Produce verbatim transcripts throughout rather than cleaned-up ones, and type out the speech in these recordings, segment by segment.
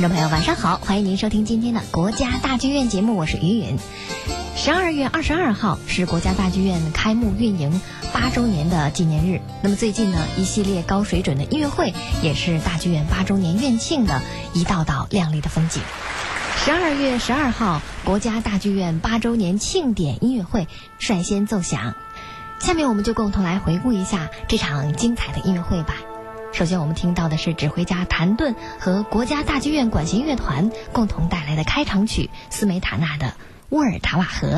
听众朋友晚上好，欢迎您收听今天的国家大剧院节目，我是于允。十二月二十二号是国家大剧院开幕运营八周年的纪念日。那么最近呢，一系列高水准的音乐会也是大剧院八周年院庆的一道道亮丽的风景。十二月十二号，国家大剧院八周年庆典音乐会率先奏响。下面我们就共同来回顾一下这场精彩的音乐会吧。首先我们听到的是指挥家谭盾和国家大剧院管弦乐团共同带来的开场曲斯梅塔纳的《沃尔塔瓦河》。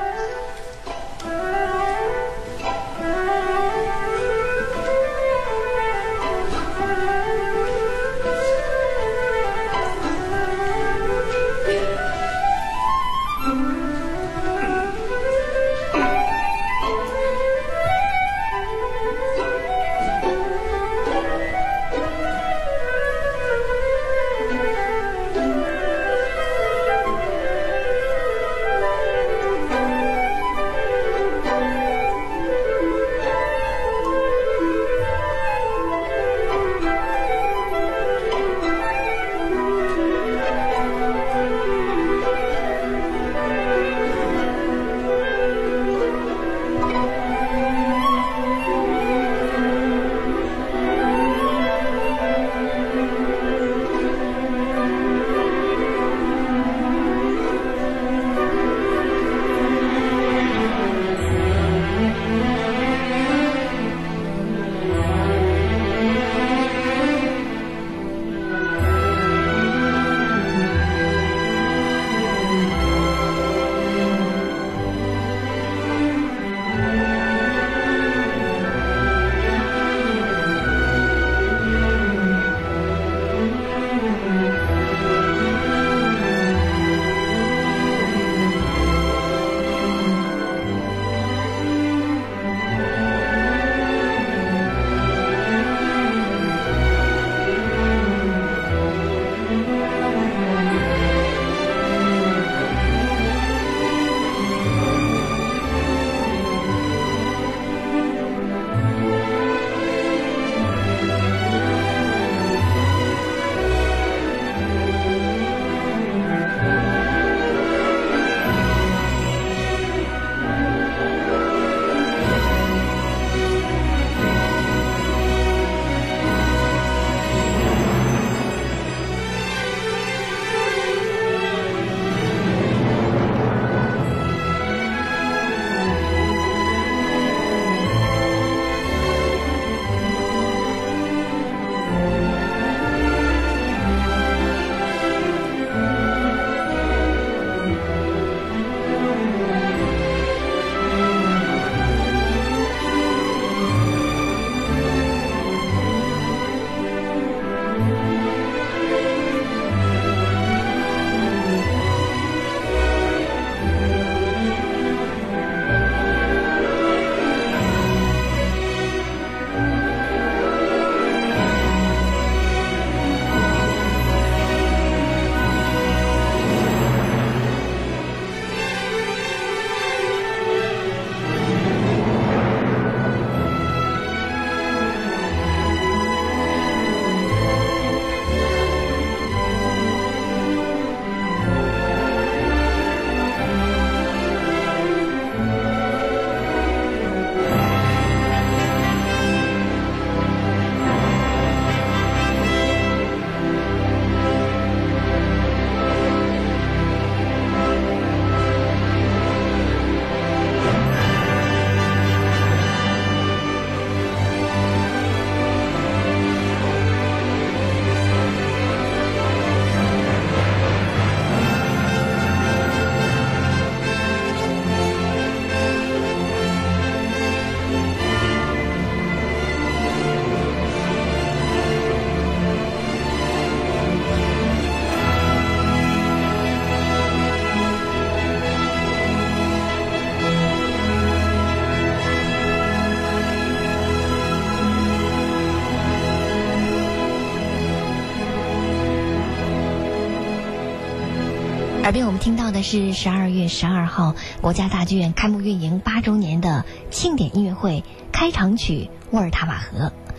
耳边我们听到的是十二月十二号国家大剧院开幕运营八周年的庆典音乐会开场曲《沃尔塔瓦河》。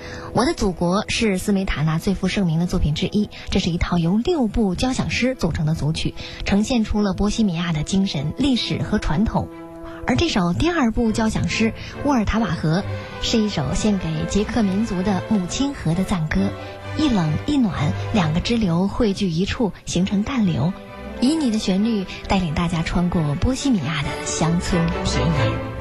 我的祖国是斯梅塔纳最负盛名的作品之一，这是一套由六部交响诗组成的组曲，呈现出了波西米亚的精神、历史和传统。而这首第二部交响诗《沃尔塔瓦河》是一首献给捷克民族的母亲河的赞歌，一冷一暖，两个支流汇聚一处，形成淡流，以你的旋律带领大家穿过波西米亚的乡村田野。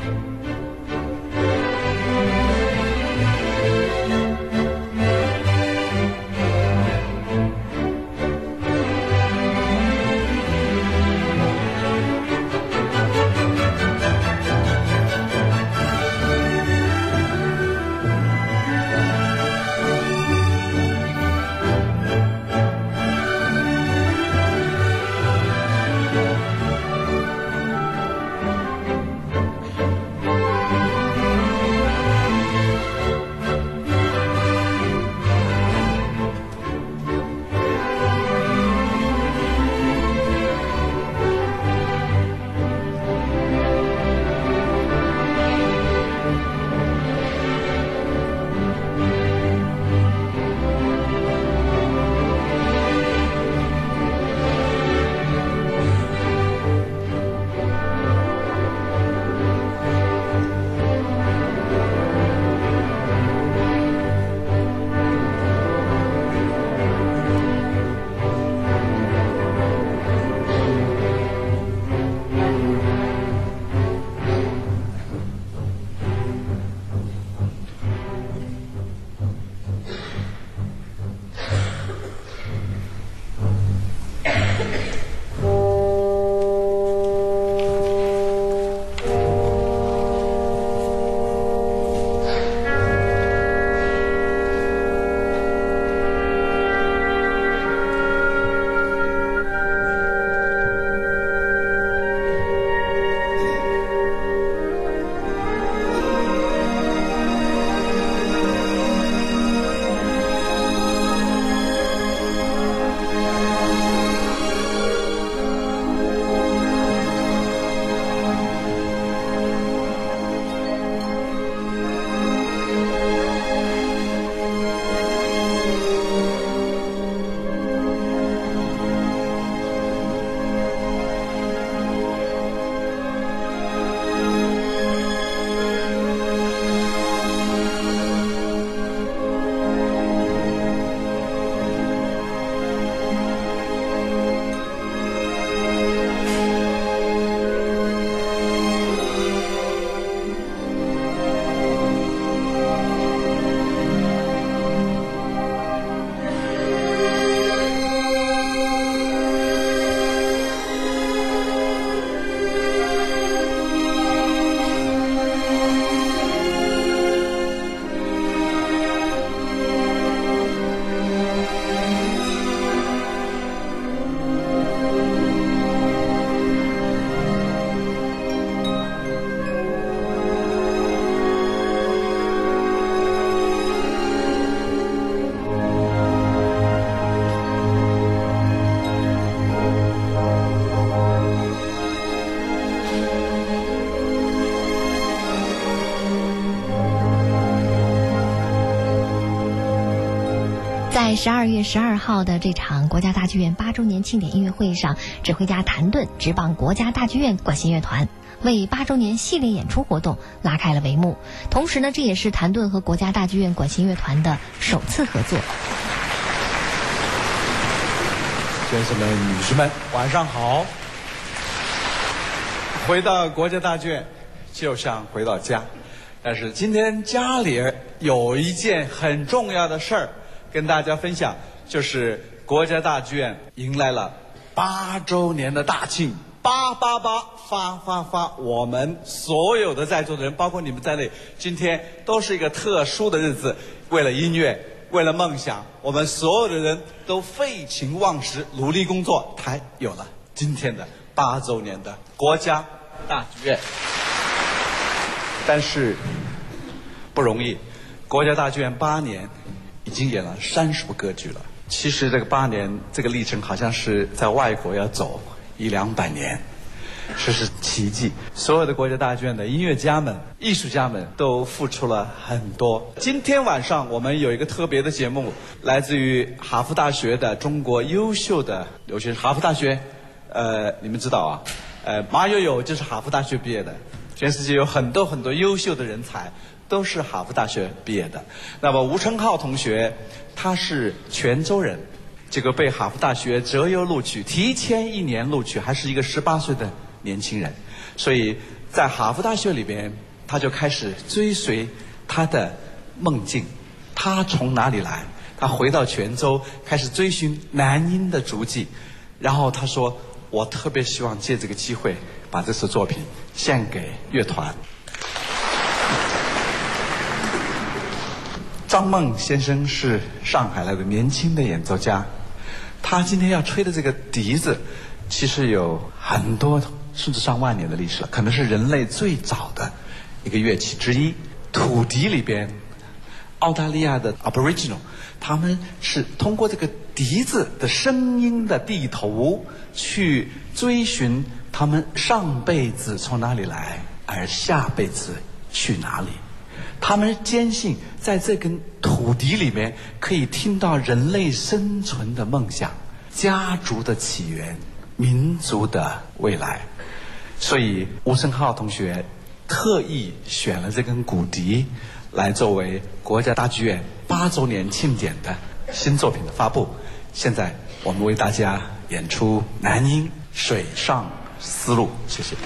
在十二月十二号的这场国家大剧院八周年庆典音乐会上，指挥家谭盾执棒国家大剧院管弦乐团，为八周年系列演出活动拉开了帷幕。同时呢，这也是谭盾和国家大剧院管弦乐团的首次合作。 先生们、女士们，晚上好。回到国家大剧院，就像回到家。但是今天家里有一件很重要的事儿跟大家分享，就是国家大剧院迎来了八周年的大庆，八八八发发发！我们所有的在座的人，包括你们在内，今天都是一个特殊的日子。为了音乐，为了梦想，我们所有的人都废寝忘食，努力工作，才有了今天的八周年的国家大剧院。但是不容易，国家大剧院八年已经演了三十部歌剧了。其实这个八年这个历程好像是在外国要走一两百年。 这是奇迹。所有的国家大剧院的音乐家们、艺术家们都付出了很多。今天晚上我们有一个特别的节目，来自于哈佛大学的中国优秀的留学生。哈佛大学，呃，你们知道啊，呃，马友友就是哈佛大学毕业的。全世界有很多很多优秀的人才都是哈佛大学毕业的。那么吴成浩同学，他是泉州人，这个被哈佛大学择优录取，提前一年录取，还是一个十八岁的年轻人。所以在哈佛大学里边，他就开始追随他的梦境。他从哪里来？他回到泉州，开始追寻南音的足迹。然后他说：“我特别希望借这个机会，把这首作品献给乐团。”张梦先生是上海来的年轻的演奏家，他今天要吹的这个笛子，其实有很多甚至上万年的历史了，可能是人类最早的一个乐器之一。土笛里边，澳大利亚的 Aboriginal， 他们是通过这个笛子的声音的地头去追寻他们上辈子从哪里来，而下辈子去哪里。他们坚信在这根土笛里面可以听到人类生存的梦想、家族的起源、民族的未来。所以吴成浩同学特意选了这根骨笛来作为国家大剧院八周年庆典的新作品的发布。现在我们为大家演出南音水上丝路，谢谢。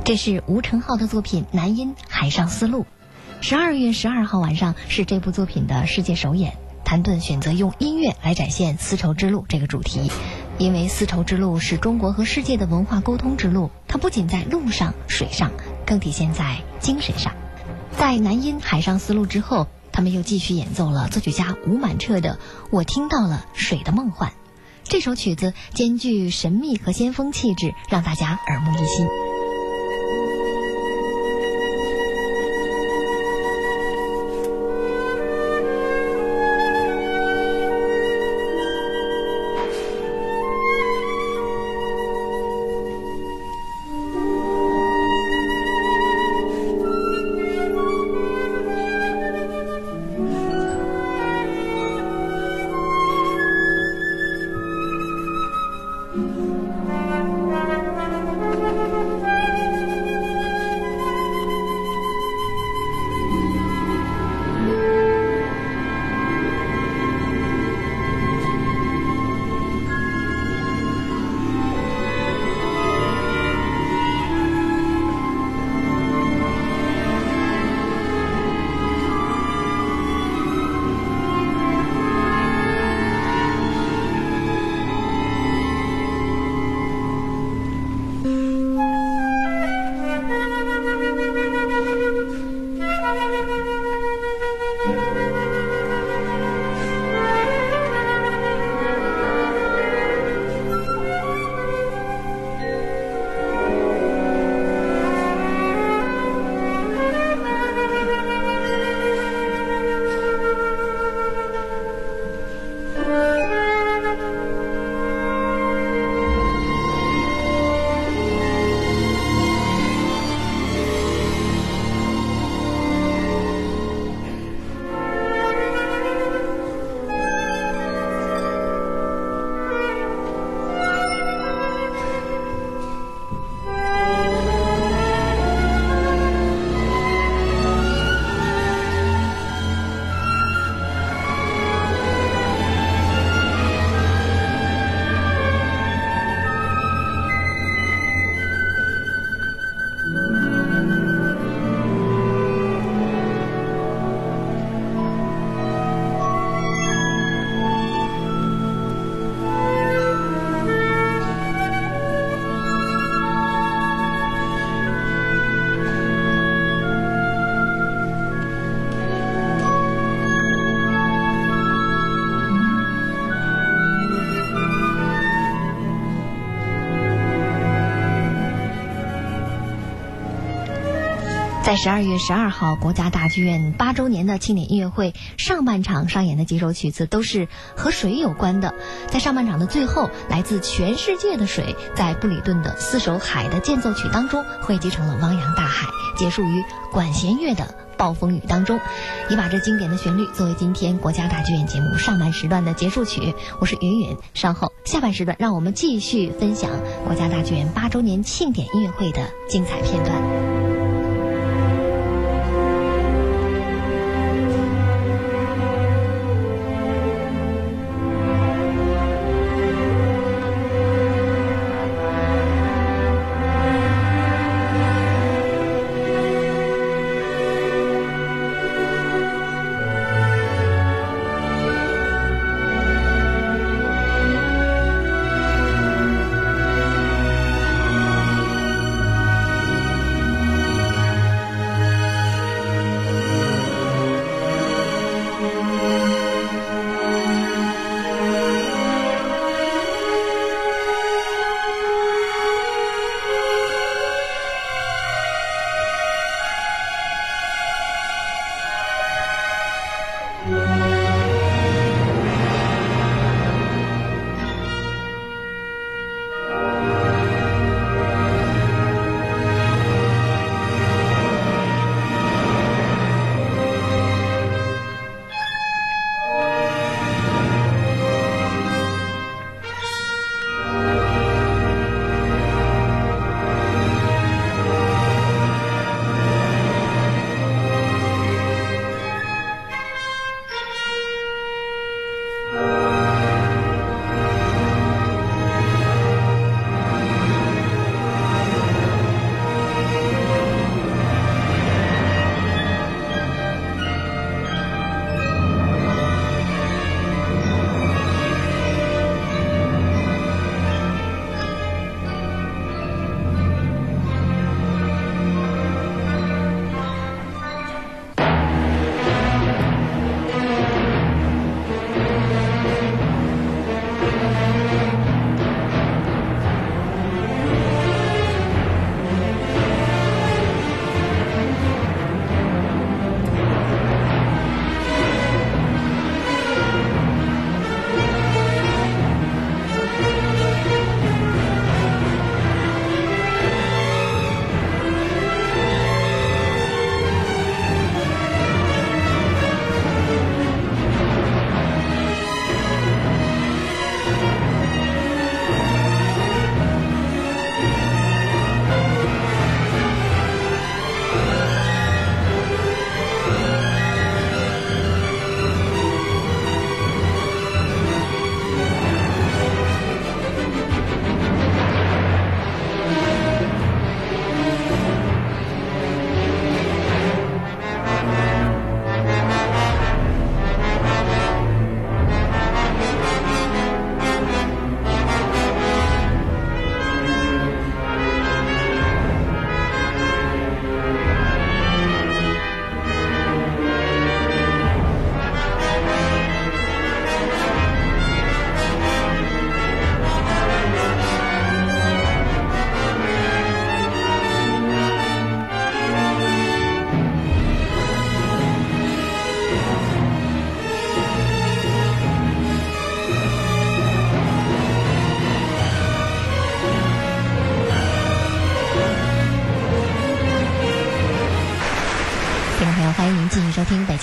这是吴承浩的作品《南音海上丝路》。十二月十二号晚上是这部作品的世界首演。谭盾选择用音乐来展现丝绸之路这个主题，因为丝绸之路是中国和世界的文化沟通之路，它不仅在路上、水上，更体现在精神上。在南音海上丝路之后，他们又继续演奏了作曲家吴满彻的《我听到了水的梦幻》。这首曲子兼具神秘和先锋气质，让大家耳目一新。在十二月十二号，国家大剧院八周年的庆典音乐会上半场上演的几首曲子都是和水有关的。在上半场的最后，来自全世界的水在布里顿的四首海的间奏曲当中汇集成了汪洋大海，结束于管弦乐的暴风雨当中，也把这经典的旋律作为今天国家大剧院节目上半时段的结束曲。我是云云，稍后下半时段让我们继续分享国家大剧院八周年庆典音乐会的精彩片段。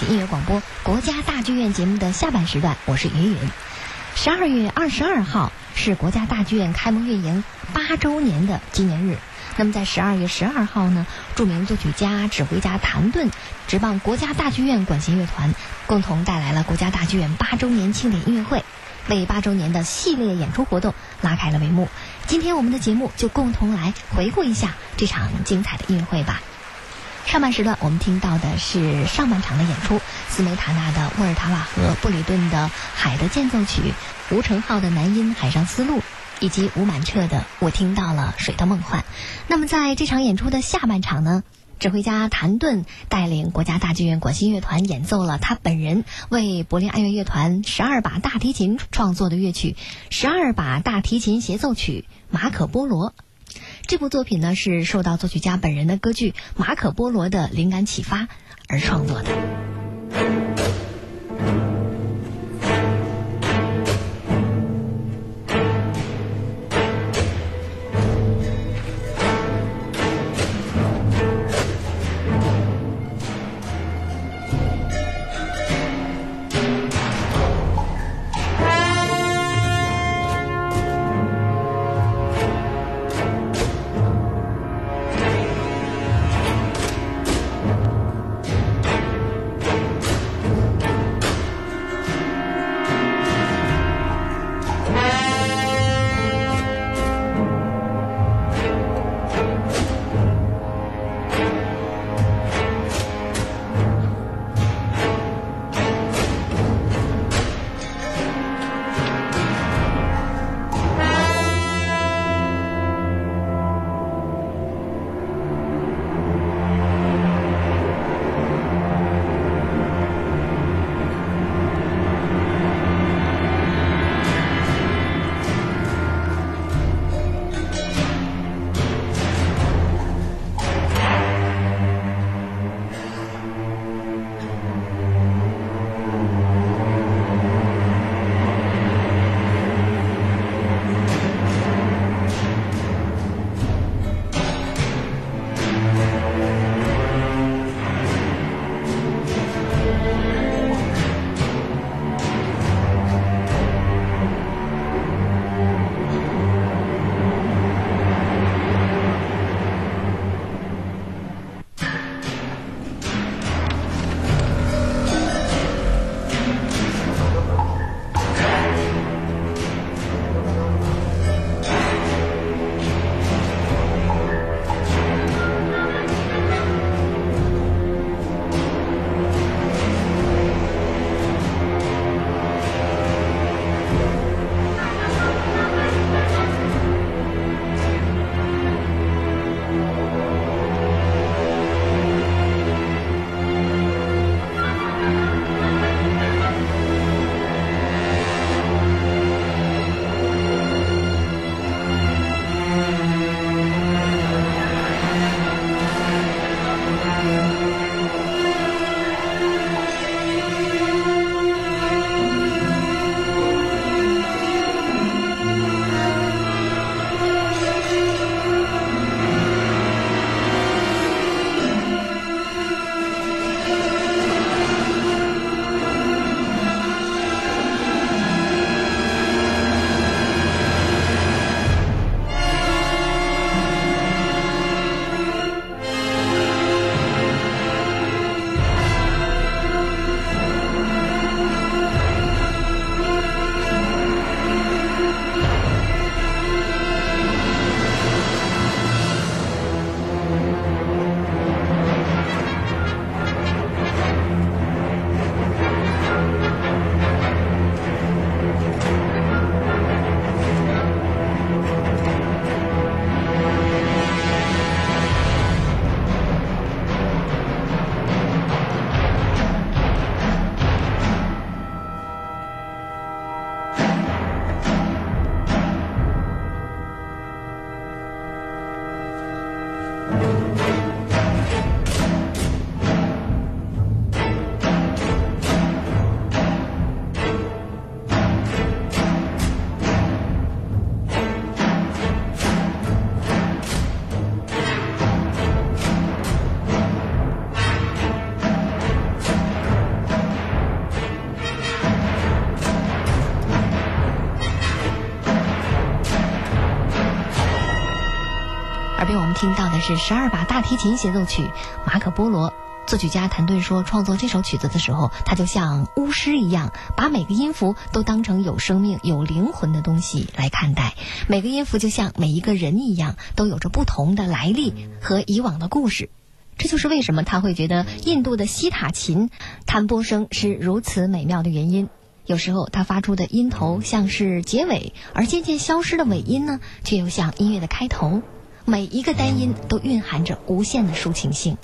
级音乐广播国家大剧院节目的下半时段，我是云云。十二月二十二号是国家大剧院开幕运营八周年的纪念日。那么在十二月十二号呢，著名作曲家、指挥家谭盾执棒国家大剧院管弦乐团，共同带来了国家大剧院八周年庆典音乐会，为八周年的系列演出活动拉开了帷幕。今天我们的节目就共同来回顾一下这场精彩的音乐会吧。上半时段我们听到的是上半场的演出，斯梅塔纳的沃尔塔瓦河、布里顿的海的间奏曲、吴承浩的南音海上丝路，以及吴满彻的我听到了水的梦幻。那么在这场演出的下半场呢，指挥家谭盾带领国家大剧院管弦乐团演奏了他本人为柏林爱乐乐团十二把大提琴创作的乐曲十二把大提琴协奏曲马可波罗。这部作品呢是受到作曲家本人的歌剧《马可波罗》的灵感启发而创作的。 边我们听到的是十二把大提琴协奏曲《马可波罗》。作曲家谭盾说，创作这首曲子的时候，他就像巫师一样，把每个音符都当成有生命、有灵魂的东西来看待。每个音符就像每一个人一样，都有着不同的来历和以往的故事。这就是为什么他会觉得印度的西塔琴弹拨声是如此美妙的原因。有时候他发出的音头像是结尾，而渐渐消失的尾音呢，却又像音乐的开头。每一个单音都蕴含着无限的抒情性。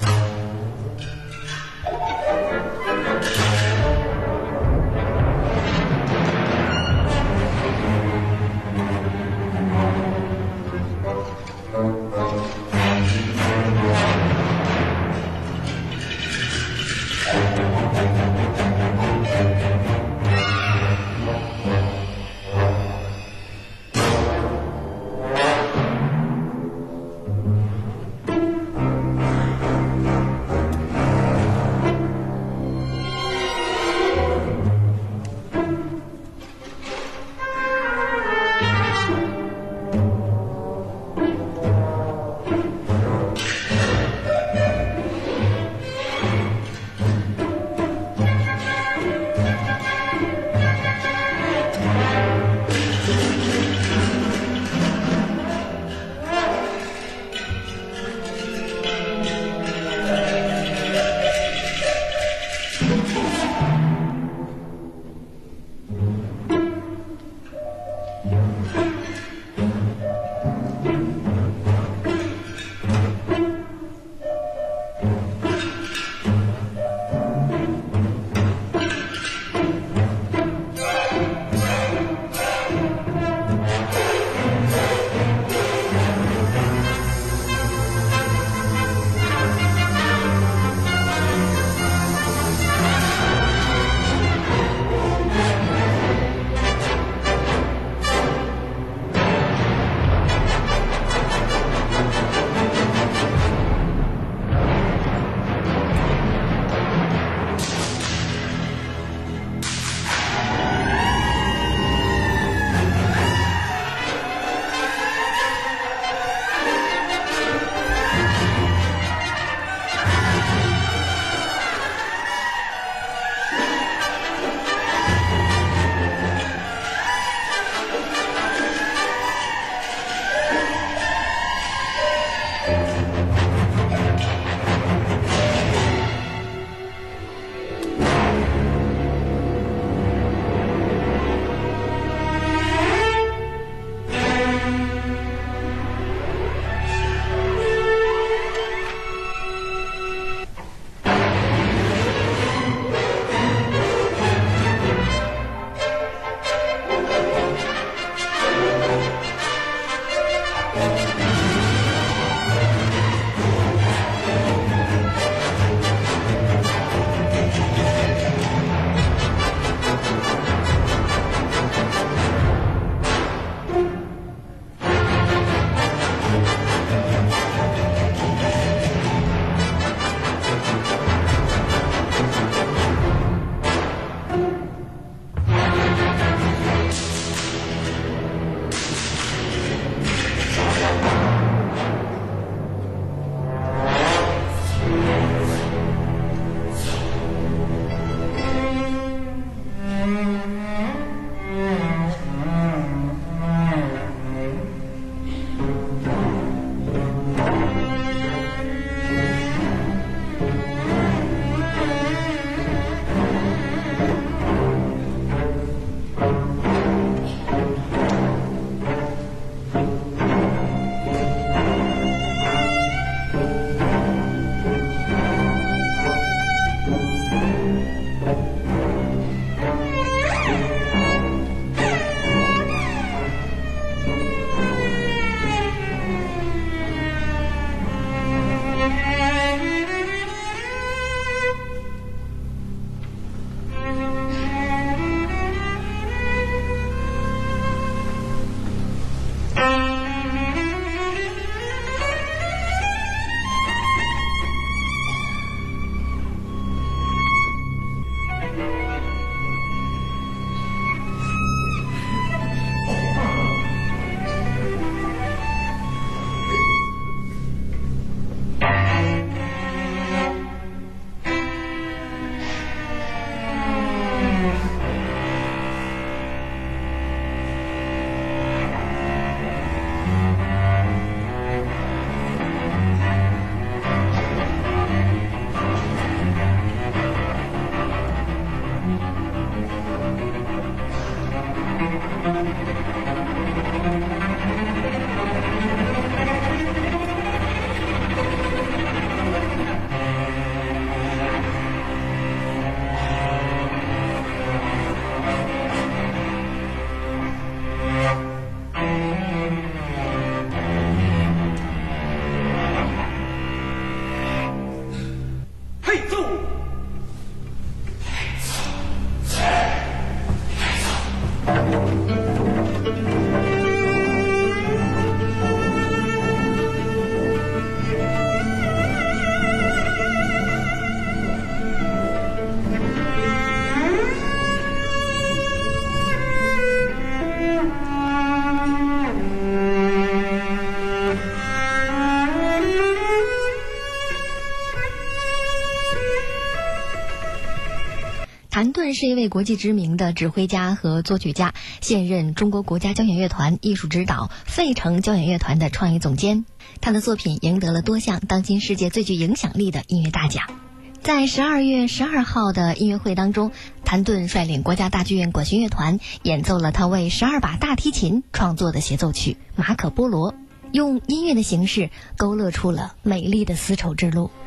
段是一位国际知名的指挥家和作曲家，现任中国国家交响乐团艺术指导、费城交响乐团的创意总监。他的作品赢得了多项当今世界最具影响力的音乐大奖。在十二月十二号的音乐会当中，谭盾率领国家大剧院管弦乐团演奏了他为十二把大提琴创作的协奏曲《马可波罗》，用音乐的形式勾勒出了美丽的丝绸之路。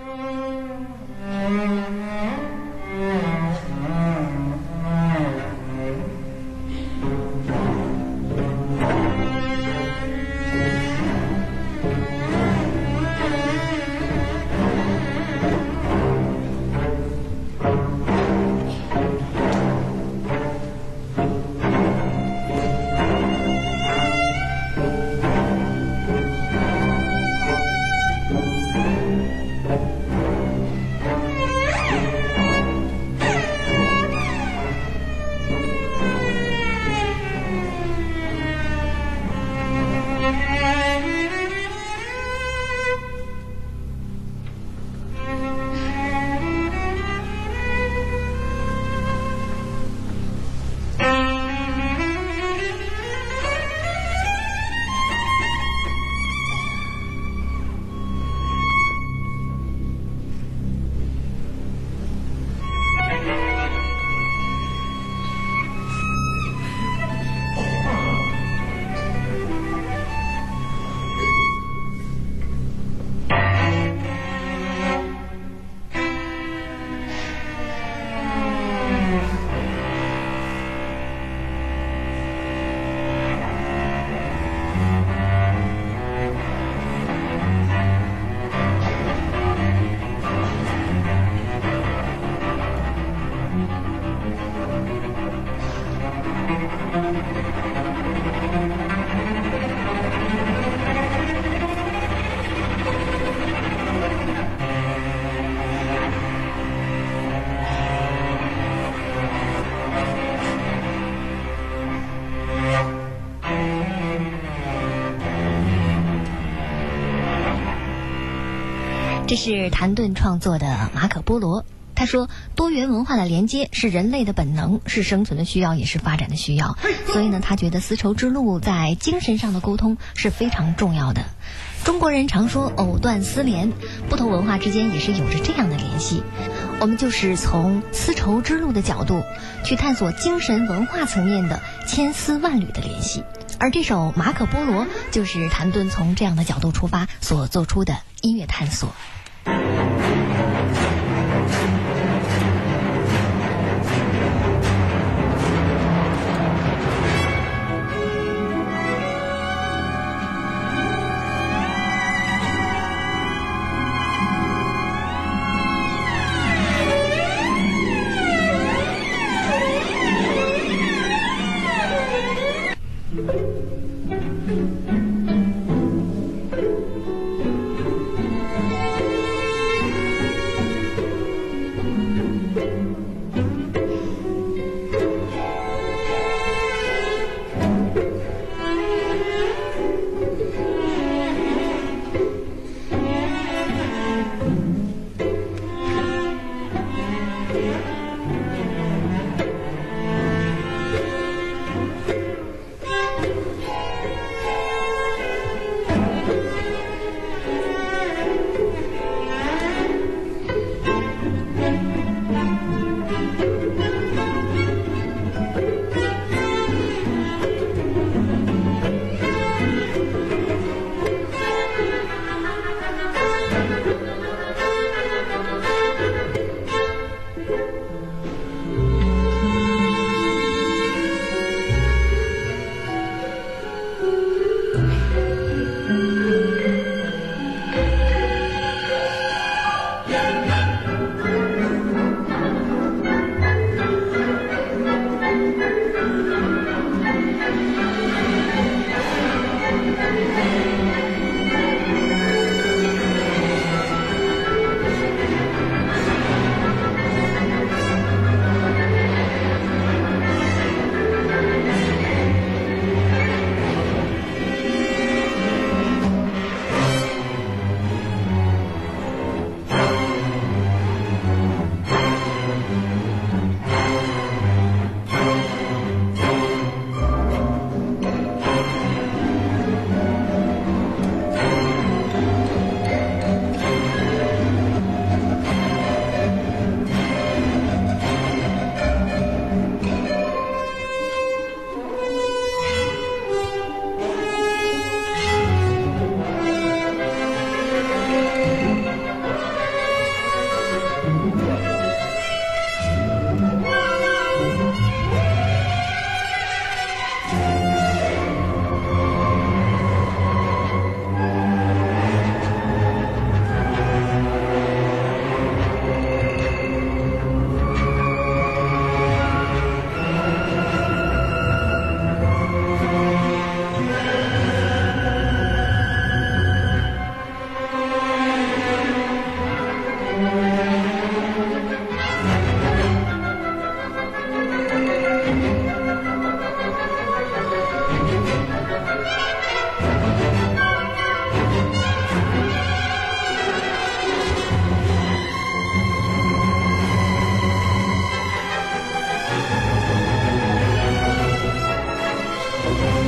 这是谭盾创作的《马可波罗》。他说，多元文化的连接是人类的本能，是生存的需要，也是发展的需要。所以呢，他觉得丝绸之路在精神上的沟通是非常重要的。中国人常说藕断丝连，不同文化之间也是有着这样的联系。我们就是从丝绸之路的角度去探索精神文化层面的千丝万缕的联系。而这首《马可波罗》就是谭盾从这样的角度出发所做出的音乐探索。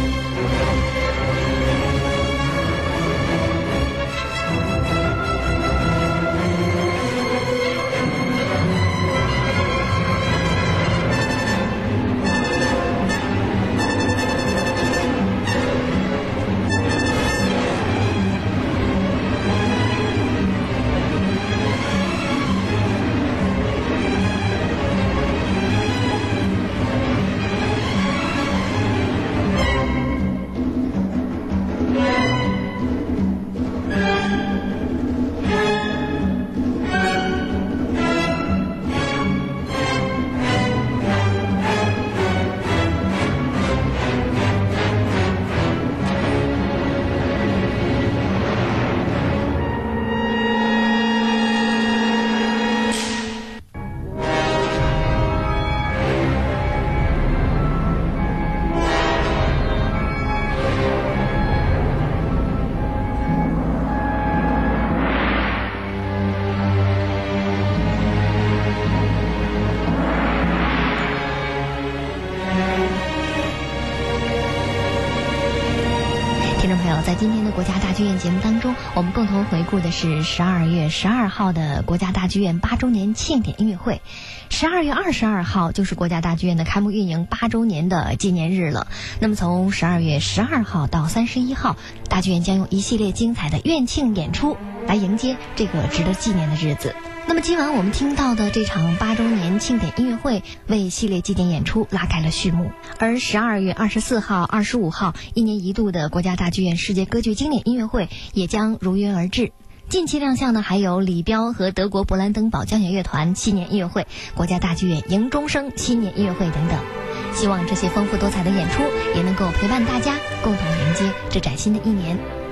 在今天的国家大剧院节目当中，我们共同回顾的是十二月十二号的国家大剧院八周年庆典音乐会。十二月二十二号就是国家大剧院的开幕运营八周年的纪念日了。那么从十二月十二号到三十一号，大剧院将用一系列精彩的院庆演出来迎接这个值得纪念的日子。那么今晚我们听到的这场八周年庆典音乐会为系列纪念演出拉开了序幕，而十二月二十四号、二十五号一年一度的国家大剧院世界歌剧经典音乐会也将如约而至。近期亮相呢还有李彪和德国勃兰登堡交响乐团新年音乐会、国家大剧院迎钟声新年音乐会等等。希望这些丰富多彩的演出也能够陪伴大家共同迎接这崭新的一年。